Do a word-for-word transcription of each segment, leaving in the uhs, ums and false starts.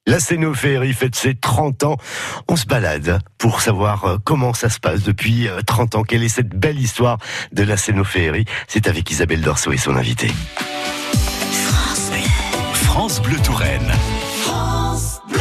La Scénoféerie fête ses trente ans. On se balade pour savoir comment ça se passe depuis trente ans. Quelle est cette belle histoire de la Scénoféerie? C'est avec Isabelle Dorso et son invité. France Bleu, France Bleu Touraine. France Bleu.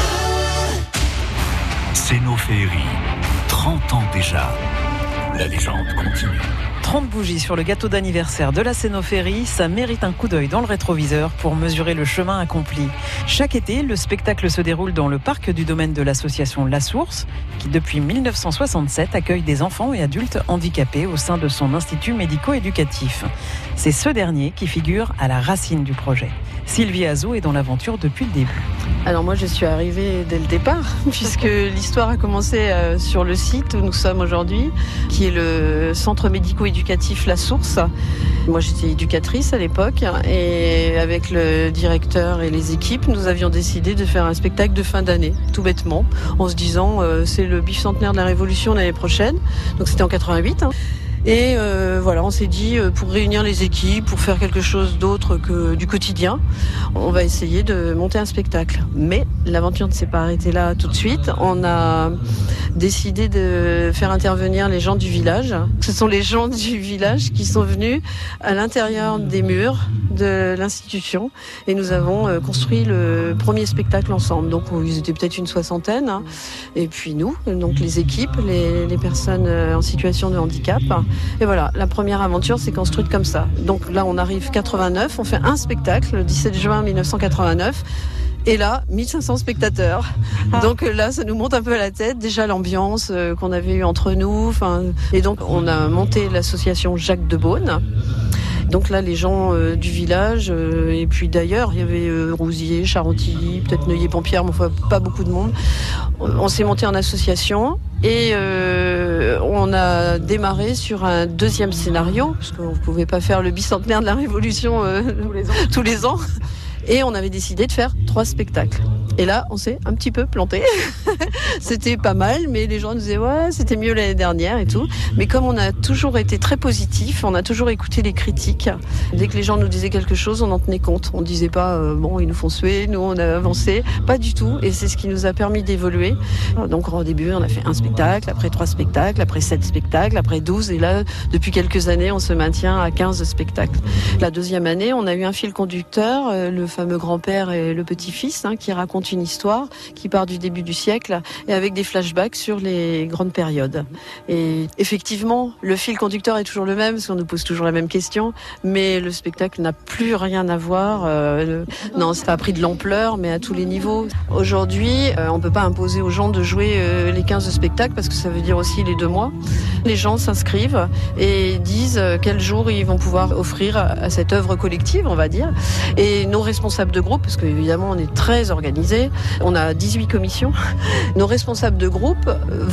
Scénoféerie, trente ans déjà. La légende continue. trente bougies sur le gâteau d'anniversaire de la Scénoféerie, ça mérite un coup d'œil dans le rétroviseur pour mesurer le chemin accompli. Chaque été, le spectacle se déroule dans le parc du domaine de l'association La Source, qui depuis mille neuf cent soixante-sept accueille des enfants et adultes handicapés au sein de son institut médico-éducatif. C'est ce dernier qui figure à la racine du projet. Sylvie Azot est dans l'aventure depuis le début. Alors moi je suis arrivée dès le départ puisque l'histoire a commencé sur le site où nous sommes aujourd'hui, qui est le centre médico-éducatif La Source. Moi j'étais éducatrice à l'époque et avec le directeur et les équipes, nous avions décidé de faire un spectacle de fin d'année, tout bêtement, en se disant euh, c'est le bicentenaire de la Révolution l'année prochaine, donc c'était en quatre-vingt-huit. Hein. Et euh, voilà, on s'est dit, euh, pour réunir les équipes, pour faire quelque chose d'autre que du quotidien, on va essayer de monter un spectacle. Mais l'aventure ne s'est pas arrêtée là tout de suite. On a décidé de faire intervenir les gens du village. Ce sont les gens du village qui sont venus à l'intérieur des murs de l'institution. Et nous avons euh, construit le premier spectacle ensemble. Donc ils étaient peut-être une soixantaine. Hein. Et puis nous, donc les équipes, les, les personnes en situation de handicap. Et voilà, la première aventure s'est construite comme ça. Donc là, on arrive quatre-vingt-neuf, on fait un spectacle le dix-sept juin mille neuf cent quatre-vingt-neuf. Et là, mille cinq cents spectateurs. Donc là, ça nous monte un peu à la tête. Déjà l'ambiance euh, qu'on avait eue entre nous. Enfin, et donc, on a monté l'association Jacques de Beaune. Donc là, les gens euh, du village, euh, et puis d'ailleurs, il y avait euh, Rousier, Charentilly, peut-être Neuilly-Pampière, mais enfin, pas beaucoup de monde. On, on s'est monté en association et euh, on a démarré sur un deuxième scénario, parce qu'on ne pouvait pas faire le bicentenaire de la Révolution euh, tous les ans. tous les ans. Et on avait décidé de faire trois spectacles. Et là, on s'est un petit peu planté. C'était pas mal, mais les gens nous disaient ouais, c'était mieux l'année dernière et tout. Mais comme on a toujours été très positif, on a toujours écouté les critiques. Dès que les gens nous disaient quelque chose, on en tenait compte. On disait pas euh, bon, ils nous font suer, nous on a avancé, pas du tout. Et c'est ce qui nous a permis d'évoluer. Donc au début, on a fait un spectacle, après trois spectacles, après sept spectacles, après douze. Et là, depuis quelques années, on se maintient à quinze spectacles. La deuxième année, on a eu un fil conducteur, euh, le fameux grand-père et le petit-fils, hein, qui racontent une histoire qui part du début du siècle et avec des flashbacks sur les grandes périodes. Et effectivement, le fil conducteur est toujours le même, parce qu'on nous pose toujours la même question, mais le spectacle n'a plus rien à voir. Euh, le... Non, ça a pris de l'ampleur, mais à tous les niveaux. Aujourd'hui, euh, on ne peut pas imposer aux gens de jouer euh, les quinze spectacles, parce que ça veut dire aussi les deux mois. Les gens s'inscrivent et disent euh, quel jour ils vont pouvoir offrir à cette œuvre collective, on va dire. Et nos responsables de groupe, parce qu'évidemment on est très organisés, on a dix-huit commissions, nos responsables de groupe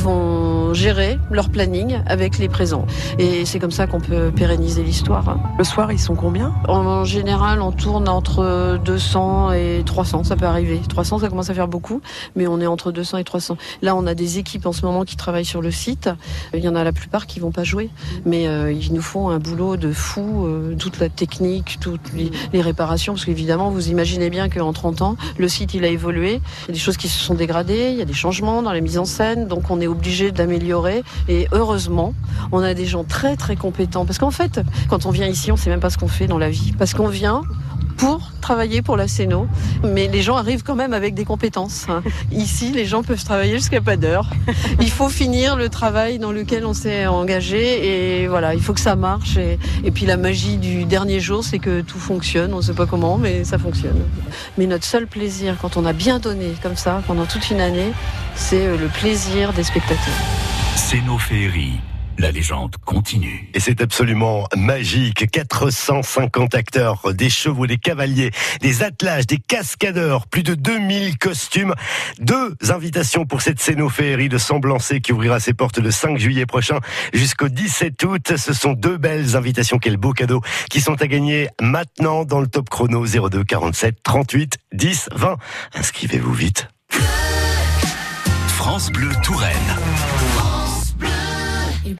vont gérer leur planning avec les présents. Et c'est comme ça qu'on peut pérenniser l'histoire. Le soir, ils sont combien ? En général, on tourne entre deux cents et trois cents, ça peut arriver. trois cents, ça commence à faire beaucoup, mais on est entre deux cents et trois cents. Là, on a des équipes en ce moment qui travaillent sur le site. Il y en a la plupart qui vont pas jouer, mais euh, ils nous font un boulot de fou, euh, toute la technique, toutes les, les réparations, parce qu'évidemment, vous imaginez bien qu'en trente ans, le site, il a évolué. Il y a des choses qui se sont dégradées, il y a des changements dans la mise en scène, donc on est obligé d'améliorer. Et heureusement, on a des gens très très compétents. Parce qu'en fait, quand on vient ici, on ne sait même pas ce qu'on fait dans la vie. Parce qu'on vient pour travailler pour la Scéno, mais les gens arrivent quand même avec des compétences. Ici, les gens peuvent travailler jusqu'à pas d'heure. Il faut finir le travail dans lequel on s'est engagé et voilà, il faut que ça marche. Et, et puis la magie du dernier jour, c'est que tout fonctionne. On ne sait pas comment, mais ça fonctionne. Mais notre seul plaisir, quand on a bien donné comme ça pendant toute une année, c'est le plaisir des spectateurs. Scénoféerie. La légende continue. Et c'est absolument magique. quatre cent cinquante acteurs, des chevaux, des cavaliers, des attelages, des cascadeurs, plus de deux mille costumes. Deux invitations pour cette Scénoféerie de Semblançay qui ouvrira ses portes le cinq juillet prochain jusqu'au dix-sept août. Ce sont deux belles invitations, quel beau cadeau, qui sont à gagner maintenant dans le top chrono zéro deux quarante-sept trente-huit dix vingt. Inscrivez-vous vite. France Bleu Touraine.